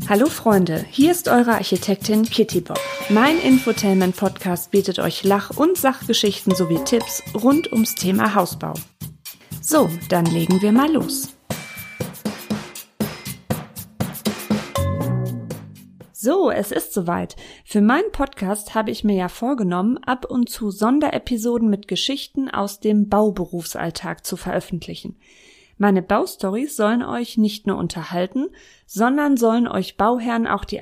Hallo Freunde, hier ist eure Architektin Kitty Bob. Mein Infotainment-Podcast bietet euch Lach- und Sachgeschichten sowie Tipps rund ums Thema Hausbau. So, dann legen wir mal los. So, es ist soweit. Für meinen Podcast habe ich mir ja vorgenommen, ab und zu Sonderepisoden mit Geschichten aus dem Bauberufsalltag zu veröffentlichen. Meine Baustories sollen euch nicht nur unterhalten, sondern sollen euch Bauherren auch die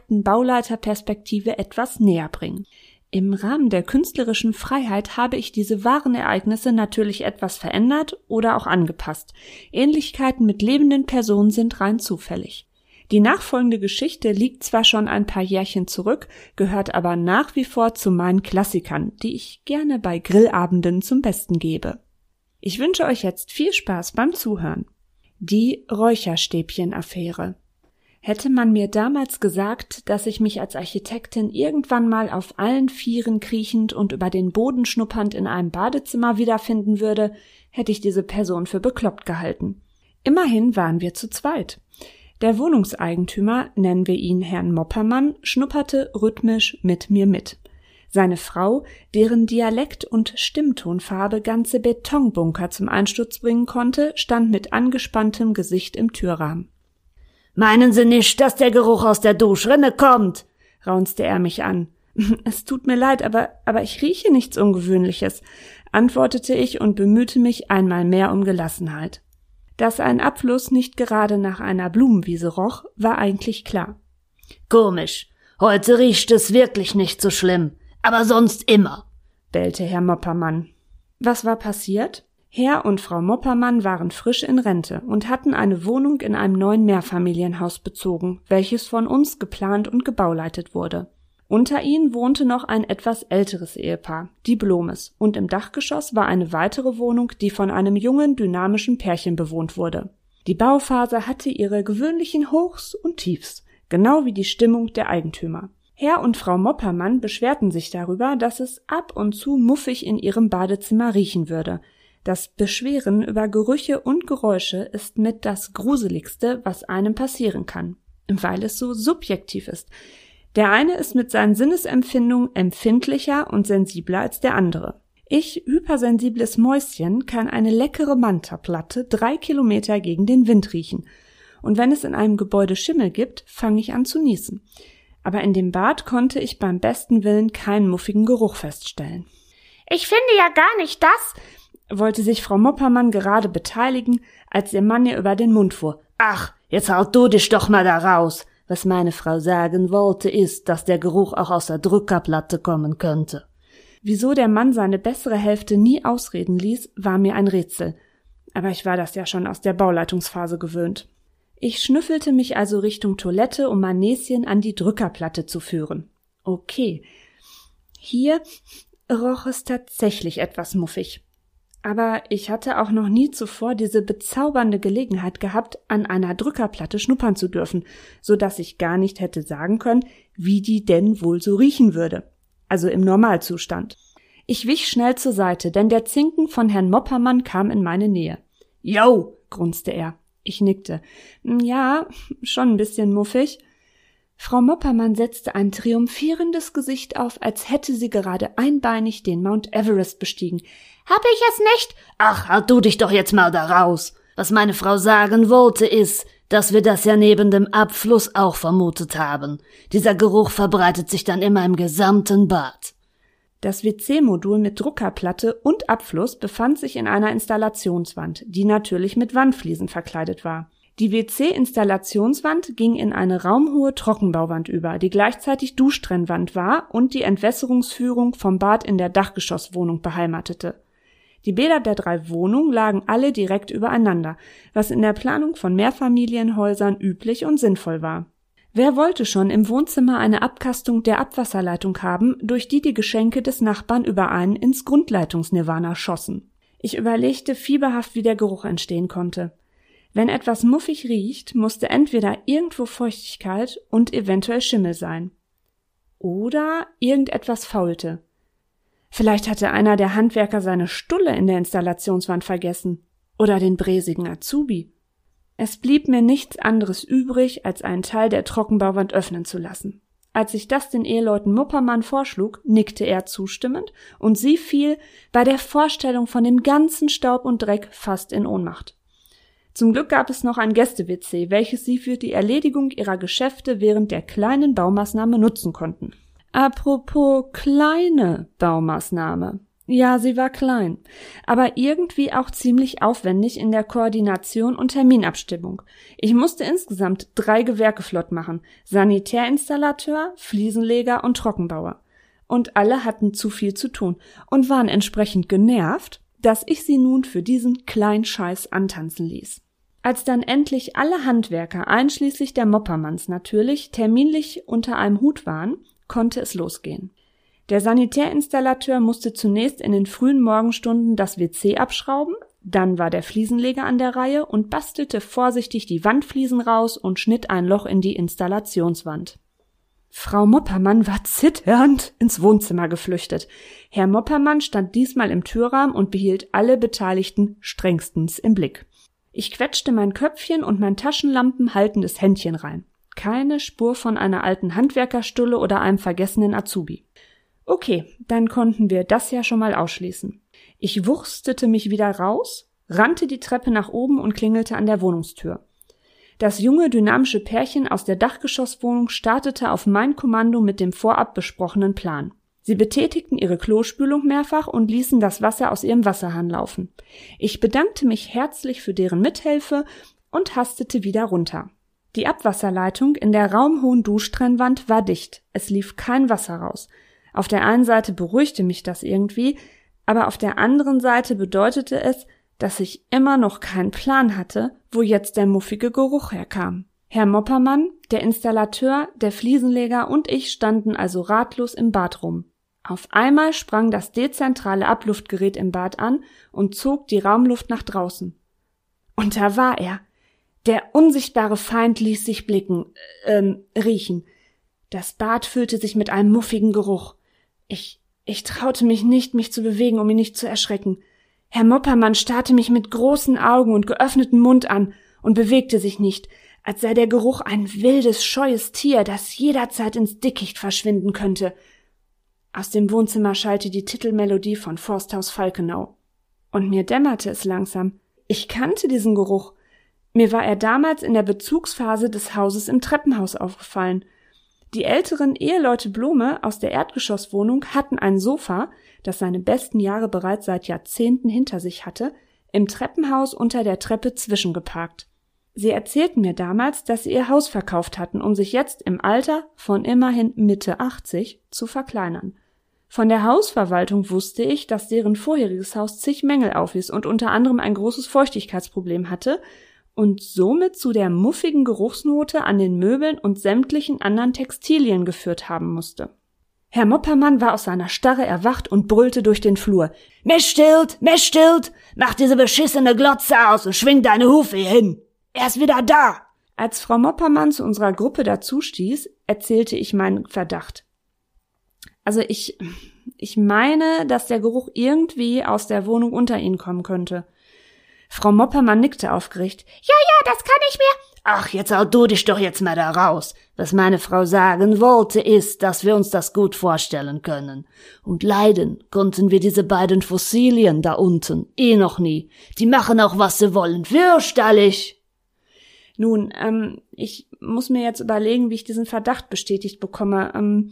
Architekten-Bauleiter-Perspektive etwas näher bringen. Im Rahmen der künstlerischen Freiheit habe ich diese wahren Ereignisse natürlich etwas verändert oder auch angepasst. Ähnlichkeiten mit lebenden Personen sind rein zufällig. Die nachfolgende Geschichte liegt zwar schon ein paar Jährchen zurück, gehört aber nach wie vor zu meinen Klassikern, die ich gerne bei Grillabenden zum Besten gebe. Ich wünsche euch jetzt viel Spaß beim Zuhören. Die Räucherstäbchen-Affäre. Hätte man mir damals gesagt, dass ich mich als Architektin irgendwann mal auf allen Vieren kriechend und über den Boden schnuppernd in einem Badezimmer wiederfinden würde, hätte ich diese Person für bekloppt gehalten. Immerhin waren wir zu zweit. Der Wohnungseigentümer, nennen wir ihn Herrn Moppermann, schnupperte rhythmisch mit mir mit. Seine Frau, deren Dialekt und Stimmtonfarbe ganze Betonbunker zum Einsturz bringen konnte, stand mit angespanntem Gesicht im Türrahmen. »Meinen Sie nicht, dass der Geruch aus der Duschrinne kommt?« raunzte er mich an. »Es tut mir leid, aber ich rieche nichts Ungewöhnliches«, antwortete ich und bemühte mich einmal mehr um Gelassenheit. Dass ein Abfluss nicht gerade nach einer Blumenwiese roch, war eigentlich klar. »Komisch, heute riecht es wirklich nicht so schlimm. Aber sonst immer«, bellte Herr Moppermann. Was war passiert? Herr und Frau Moppermann waren frisch in Rente und hatten eine Wohnung in einem neuen Mehrfamilienhaus bezogen, welches von uns geplant und gebauleitet wurde. Unter ihnen wohnte noch ein etwas älteres Ehepaar, die Blomes, und im Dachgeschoss war eine weitere Wohnung, die von einem jungen, dynamischen Pärchen bewohnt wurde. Die Bauphase hatte ihre gewöhnlichen Hochs und Tiefs, genau wie die Stimmung der Eigentümer. Herr und Frau Moppermann beschwerten sich darüber, dass es ab und zu muffig in ihrem Badezimmer riechen würde. Das Beschweren über Gerüche und Geräusche ist mit das Gruseligste, was einem passieren kann, weil es so subjektiv ist. Der eine ist mit seinen Sinnesempfindungen empfindlicher und sensibler als der andere. Ich, hypersensibles Mäuschen, kann eine leckere Mantaplatte 3 Kilometer gegen den Wind riechen. Und wenn es in einem Gebäude Schimmel gibt, fange ich an zu niesen. Aber in dem Bad konnte ich beim besten Willen keinen muffigen Geruch feststellen. »Ich finde ja gar nicht das«, wollte sich Frau Moppermann gerade beteiligen, als ihr Mann ihr über den Mund fuhr. »Ach, jetzt haut du dich doch mal da raus. Was meine Frau sagen wollte, ist, dass der Geruch auch aus der Drückerplatte kommen könnte.« Wieso der Mann seine bessere Hälfte nie ausreden ließ, war mir ein Rätsel. Aber ich war das ja schon aus der Bauleitungsphase gewöhnt. Ich schnüffelte mich also Richtung Toilette, um mein Näschen an die Drückerplatte zu führen. Okay, hier roch es tatsächlich etwas muffig. Aber ich hatte auch noch nie zuvor diese bezaubernde Gelegenheit gehabt, an einer Drückerplatte schnuppern zu dürfen, so dass ich gar nicht hätte sagen können, wie die denn wohl so riechen würde. Also im Normalzustand. Ich wich schnell zur Seite, denn der Zinken von Herrn Moppermann kam in meine Nähe. »Jo«, grunzte er. Ich nickte. »Ja, schon ein bisschen muffig.« Frau Moppermann setzte ein triumphierendes Gesicht auf, als hätte sie gerade einbeinig den Mount Everest bestiegen. »Hab ich es nicht?« »Ach, halt du dich doch jetzt mal da raus. Was meine Frau sagen wollte, ist, dass wir das ja neben dem Abfluss auch vermutet haben. Dieser Geruch verbreitet sich dann immer im gesamten Bad.« Das WC-Modul mit Druckerplatte und Abfluss befand sich in einer Installationswand, die natürlich mit Wandfliesen verkleidet war. Die WC-Installationswand ging in eine raumhohe Trockenbauwand über, die gleichzeitig Duschtrennwand war und die Entwässerungsführung vom Bad in der Dachgeschosswohnung beheimatete. Die Bäder der 3 Wohnungen lagen alle direkt übereinander, was in der Planung von Mehrfamilienhäusern üblich und sinnvoll war. Wer wollte schon im Wohnzimmer eine Abkastung der Abwasserleitung haben, durch die die Geschenke des Nachbarn über einen ins Grundleitungsnirvana schossen? Ich überlegte fieberhaft, wie der Geruch entstehen konnte. Wenn etwas muffig riecht, musste entweder irgendwo Feuchtigkeit und eventuell Schimmel sein. Oder irgendetwas faulte. Vielleicht hatte einer der Handwerker seine Stulle in der Installationswand vergessen. Oder den bräsigen Azubi. Es blieb mir nichts anderes übrig, als einen Teil der Trockenbauwand öffnen zu lassen. Als ich das den Eheleuten Moppermann vorschlug, nickte er zustimmend und sie fiel bei der Vorstellung von dem ganzen Staub und Dreck fast in Ohnmacht. Zum Glück gab es noch ein Gäste-WC, welches sie für die Erledigung ihrer Geschäfte während der kleinen Baumaßnahme nutzen konnten. Apropos kleine Baumaßnahme. Ja, sie war klein, aber irgendwie auch ziemlich aufwendig in der Koordination und Terminabstimmung. Ich musste insgesamt 3 Gewerke flott machen: Sanitärinstallateur, Fliesenleger und Trockenbauer. Und alle hatten zu viel zu tun und waren entsprechend genervt, dass ich sie nun für diesen kleinen Scheiß antanzen ließ. Als dann endlich alle Handwerker, einschließlich der Moppermanns natürlich, terminlich unter einem Hut waren, konnte es losgehen. Der Sanitärinstallateur musste zunächst in den frühen Morgenstunden das WC abschrauben, dann war der Fliesenleger an der Reihe und bastelte vorsichtig die Wandfliesen raus und schnitt ein Loch in die Installationswand. Frau Moppermann war zitternd ins Wohnzimmer geflüchtet. Herr Moppermann stand diesmal im Türrahmen und behielt alle Beteiligten strengstens im Blick. Ich quetschte mein Köpfchen und mein taschenlampenhaltendes Händchen rein. Keine Spur von einer alten Handwerkerstulle oder einem vergessenen Azubi. Okay, dann konnten wir das ja schon mal ausschließen. Ich wurstete mich wieder raus, rannte die Treppe nach oben und klingelte an der Wohnungstür. Das junge, dynamische Pärchen aus der Dachgeschosswohnung startete auf mein Kommando mit dem vorab besprochenen Plan. Sie betätigten ihre Klospülung mehrfach und ließen das Wasser aus ihrem Wasserhahn laufen. Ich bedankte mich herzlich für deren Mithilfe und hastete wieder runter. Die Abwasserleitung in der raumhohen Duschtrennwand war dicht. Es lief kein Wasser raus. Auf der einen Seite beruhigte mich das irgendwie, aber auf der anderen Seite bedeutete es, dass ich immer noch keinen Plan hatte, wo jetzt der muffige Geruch herkam. Herr Moppermann, der Installateur, der Fliesenleger und ich standen also ratlos im Bad rum. Auf einmal sprang das dezentrale Abluftgerät im Bad an und zog die Raumluft nach draußen. Und da war er. Der unsichtbare Feind ließ sich riechen. Das Bad füllte sich mit einem muffigen Geruch. Ich traute mich nicht, mich zu bewegen, um ihn nicht zu erschrecken. Herr Moppermann starrte mich mit großen Augen und geöffnetem Mund an und bewegte sich nicht, als sei der Geruch ein wildes, scheues Tier, das jederzeit ins Dickicht verschwinden könnte. Aus dem Wohnzimmer schallte die Titelmelodie von Forsthaus Falkenau. Und mir dämmerte es langsam. Ich kannte diesen Geruch. Mir war er damals in der Bezugsphase des Hauses im Treppenhaus aufgefallen. Die älteren Eheleute Blome aus der Erdgeschosswohnung hatten ein Sofa, das seine besten Jahre bereits seit Jahrzehnten hinter sich hatte, im Treppenhaus unter der Treppe zwischengeparkt. Sie erzählten mir damals, dass sie ihr Haus verkauft hatten, um sich jetzt im Alter von immerhin Mitte 80 zu verkleinern. Von der Hausverwaltung wusste ich, dass deren vorheriges Haus zig Mängel aufwies und unter anderem ein großes Feuchtigkeitsproblem hatte und somit zu der muffigen Geruchsnote an den Möbeln und sämtlichen anderen Textilien geführt haben musste. Herr Moppermann war aus seiner Starre erwacht und brüllte durch den Flur. Misch stillt, mach diese beschissene Glotze aus und schwing deine Hufe hier hin. Er ist wieder da. Als Frau Moppermann zu unserer Gruppe dazustieß, erzählte ich meinen Verdacht. Also ich meine, dass der Geruch irgendwie aus der Wohnung unter ihnen kommen könnte. Frau Moppermann nickte aufgeregt. Ja, das kann ich mir. Ach, jetzt hau du dich doch jetzt mal da raus. Was meine Frau sagen wollte, ist, dass wir uns das gut vorstellen können. Und leiden konnten wir diese beiden Fossilien da unten noch nie. Die machen auch, was sie wollen. Fürchterlich. Nun, ich muss mir jetzt überlegen, wie ich diesen Verdacht bestätigt bekomme.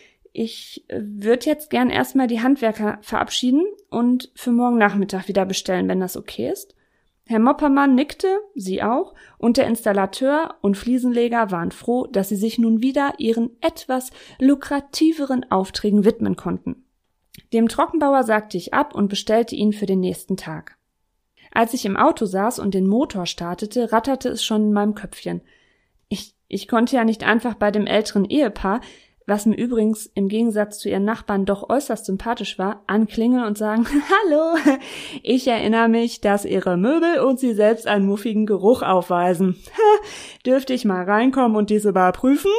Ich würde jetzt gern erstmal die Handwerker verabschieden und für morgen Nachmittag wieder bestellen, wenn das okay ist. Herr Moppermann nickte, sie auch, und der Installateur und Fliesenleger waren froh, dass sie sich nun wieder ihren etwas lukrativeren Aufträgen widmen konnten. Dem Trockenbauer sagte ich ab und bestellte ihn für den nächsten Tag. Als ich im Auto saß und den Motor startete, ratterte es schon in meinem Köpfchen. Ich konnte ja nicht einfach bei dem älteren Ehepaar, was mir übrigens im Gegensatz zu ihren Nachbarn doch äußerst sympathisch war, anklingeln und sagen, Hallo, ich erinnere mich, dass ihre Möbel und sie selbst einen muffigen Geruch aufweisen. Dürfte ich mal reinkommen und diese überprüfen?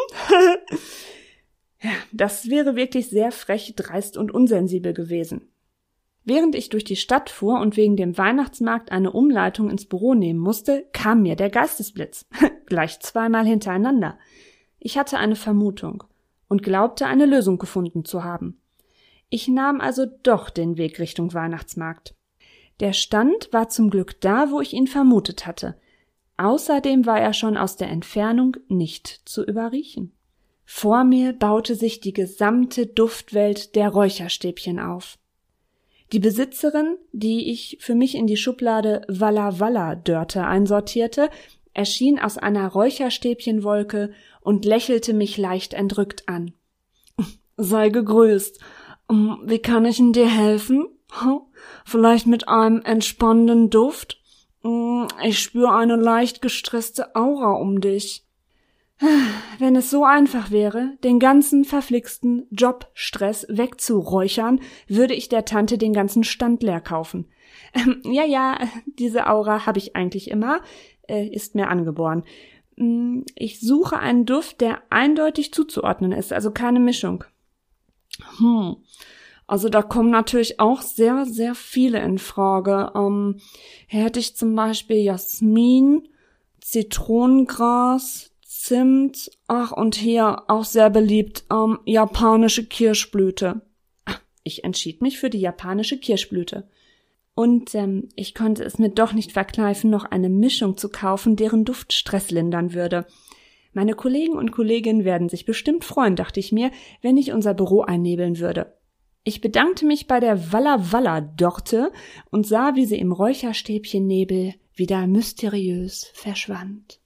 Ja, das wäre wirklich sehr frech, dreist und unsensibel gewesen. Während ich durch die Stadt fuhr und wegen dem Weihnachtsmarkt eine Umleitung ins Büro nehmen musste, kam mir der Geistesblitz. Gleich 2-mal hintereinander. Ich hatte eine Vermutung und glaubte, eine Lösung gefunden zu haben. Ich nahm also doch den Weg Richtung Weihnachtsmarkt. Der Stand war zum Glück da, wo ich ihn vermutet hatte. Außerdem war er schon aus der Entfernung nicht zu überriechen. Vor mir baute sich die gesamte Duftwelt der Räucherstäbchen auf. Die Besitzerin, die ich für mich in die Schublade Walla Walla Dörte einsortierte, erschien aus einer Räucherstäbchenwolke und lächelte mich leicht entrückt an. »Sei gegrüßt. Wie kann ich denn dir helfen? Vielleicht mit einem entspannenden Duft? Ich spüre eine leicht gestresste Aura um dich.« Wenn es so einfach wäre, den ganzen verflixten Jobstress wegzuräuchern, würde ich der Tante den ganzen Stand leer kaufen. Ja, diese Aura habe ich eigentlich immer, ist mir angeboren. Ich suche einen Duft, der eindeutig zuzuordnen ist, also keine Mischung. Also da kommen natürlich auch sehr, sehr viele in Frage. Hätte ich zum Beispiel Jasmin, Zitronengras, Zimt, und hier auch sehr beliebt, japanische Kirschblüte. Ich entschied mich für die japanische Kirschblüte. Und ich konnte es mir doch nicht verkneifen, noch eine Mischung zu kaufen, deren Duft Stress lindern würde. Meine Kollegen und Kolleginnen werden sich bestimmt freuen, dachte ich mir, wenn ich unser Büro einnebeln würde. Ich bedankte mich bei der Walla Walla Dorte und sah, wie sie im Räucherstäbchennebel wieder mysteriös verschwand.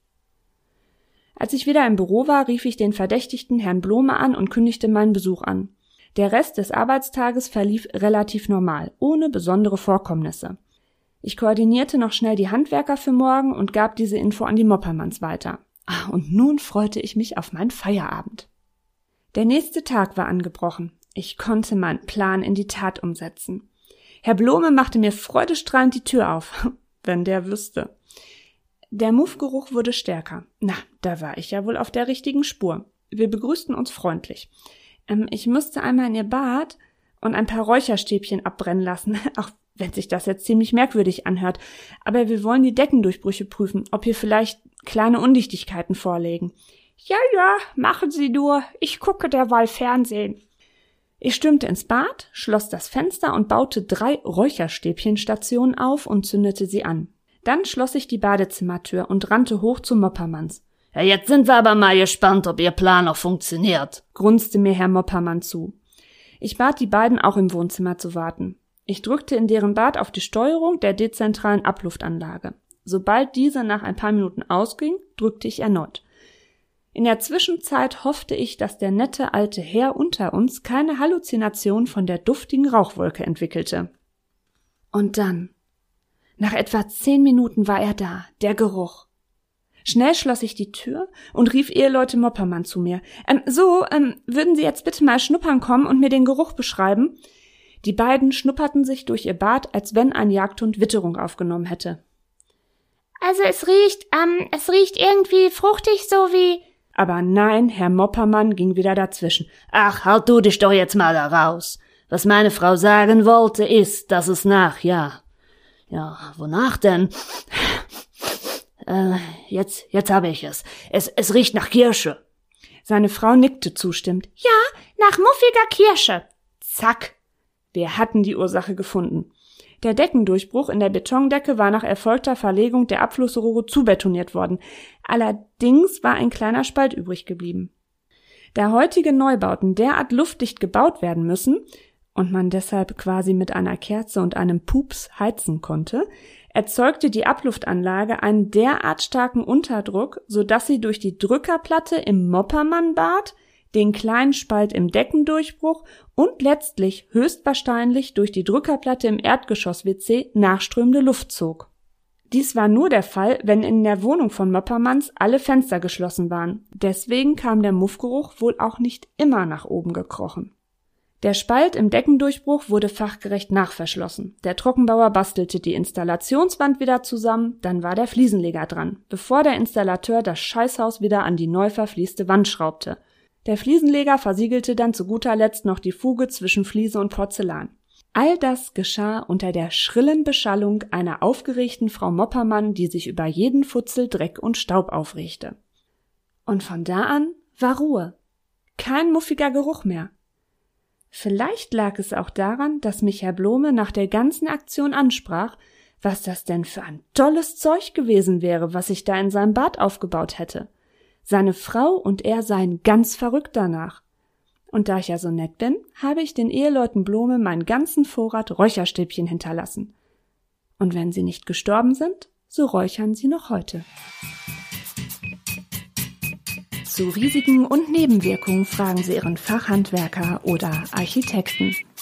Als ich wieder im Büro war, rief ich den verdächtigten Herrn Blome an und kündigte meinen Besuch an. Der Rest des Arbeitstages verlief relativ normal, ohne besondere Vorkommnisse. Ich koordinierte noch schnell die Handwerker für morgen und gab diese Info an die Moppermanns weiter. Und nun freute ich mich auf meinen Feierabend. Der nächste Tag war angebrochen. Ich konnte meinen Plan in die Tat umsetzen. Herr Blome machte mir freudestrahlend die Tür auf, wenn der wüsste. Der Muffgeruch wurde stärker. Na, da war ich ja wohl auf der richtigen Spur. Wir begrüßten uns freundlich. Ich musste einmal in ihr Bad und ein paar Räucherstäbchen abbrennen lassen, auch wenn sich das jetzt ziemlich merkwürdig anhört. Aber wir wollen die Deckendurchbrüche prüfen, ob hier vielleicht kleine Undichtigkeiten vorliegen. Ja, machen Sie nur. Ich gucke derweil Fernsehen. Ich stürmte ins Bad, schloss das Fenster und baute 3 Räucherstäbchenstationen auf und zündete sie an. Dann schloss ich die Badezimmertür und rannte hoch zu Moppermanns. Ja, jetzt sind wir aber mal gespannt, ob Ihr Plan noch funktioniert, grunzte mir Herr Moppermann zu. Ich bat die beiden auch im Wohnzimmer zu warten. Ich drückte in deren Bad auf die Steuerung der dezentralen Abluftanlage. Sobald diese nach ein paar Minuten ausging, drückte ich erneut. In der Zwischenzeit hoffte ich, dass der nette alte Herr unter uns keine Halluzination von der duftigen Rauchwolke entwickelte. Und dann, nach etwa 10 Minuten war er da, der Geruch. Schnell schloss ich die Tür und rief Eheleute Moppermann zu mir. Würden Sie jetzt bitte mal schnuppern kommen und mir den Geruch beschreiben? Die beiden schnupperten sich durch ihr Bad, als wenn ein Jagdhund Witterung aufgenommen hätte. Also es riecht irgendwie fruchtig, so wie... Aber nein, Herr Moppermann ging wieder dazwischen. Ach, halt du dich doch jetzt mal da raus. Was meine Frau sagen wollte, ist, dass es Ja, wonach denn? Jetzt habe ich es. Es riecht nach Kirsche. Seine Frau nickte zustimmend. Ja, nach muffiger Kirsche. Zack. Wir hatten die Ursache gefunden. Der Deckendurchbruch in der Betondecke war nach erfolgter Verlegung der Abflussrohre zubetoniert worden. Allerdings war ein kleiner Spalt übrig geblieben. Da heutige Neubauten derart luftdicht gebaut werden müssen und man deshalb quasi mit einer Kerze und einem Pups heizen konnte, erzeugte die Abluftanlage einen derart starken Unterdruck, sodass sie durch die Drückerplatte im Moppermann-Bad, den kleinen Spalt im Deckendurchbruch und letztlich höchstwahrscheinlich durch die Drückerplatte im Erdgeschoss-WC nachströmende Luft zog. Dies war nur der Fall, wenn in der Wohnung von Moppermanns alle Fenster geschlossen waren. Deswegen kam der Muffgeruch wohl auch nicht immer nach oben gekrochen. Der Spalt im Deckendurchbruch wurde fachgerecht nachverschlossen. Der Trockenbauer bastelte die Installationswand wieder zusammen, dann war der Fliesenleger dran, bevor der Installateur das Scheißhaus wieder an die neu verfließte Wand schraubte. Der Fliesenleger versiegelte dann zu guter Letzt noch die Fuge zwischen Fliese und Porzellan. All das geschah unter der schrillen Beschallung einer aufgeregten Frau Moppermann, die sich über jeden Futzel Dreck und Staub aufregte. Und von da an war Ruhe. Kein muffiger Geruch mehr. Vielleicht lag es auch daran, dass mich Herr Blome nach der ganzen Aktion ansprach, was das denn für ein tolles Zeug gewesen wäre, was sich da in seinem Bad aufgebaut hätte. Seine Frau und er seien ganz verrückt danach. Und da ich ja so nett bin, habe ich den Eheleuten Blome meinen ganzen Vorrat Räucherstäbchen hinterlassen. Und wenn sie nicht gestorben sind, so räuchern sie noch heute. Zu Risiken und Nebenwirkungen fragen Sie Ihren Fachhandwerker oder Architekten.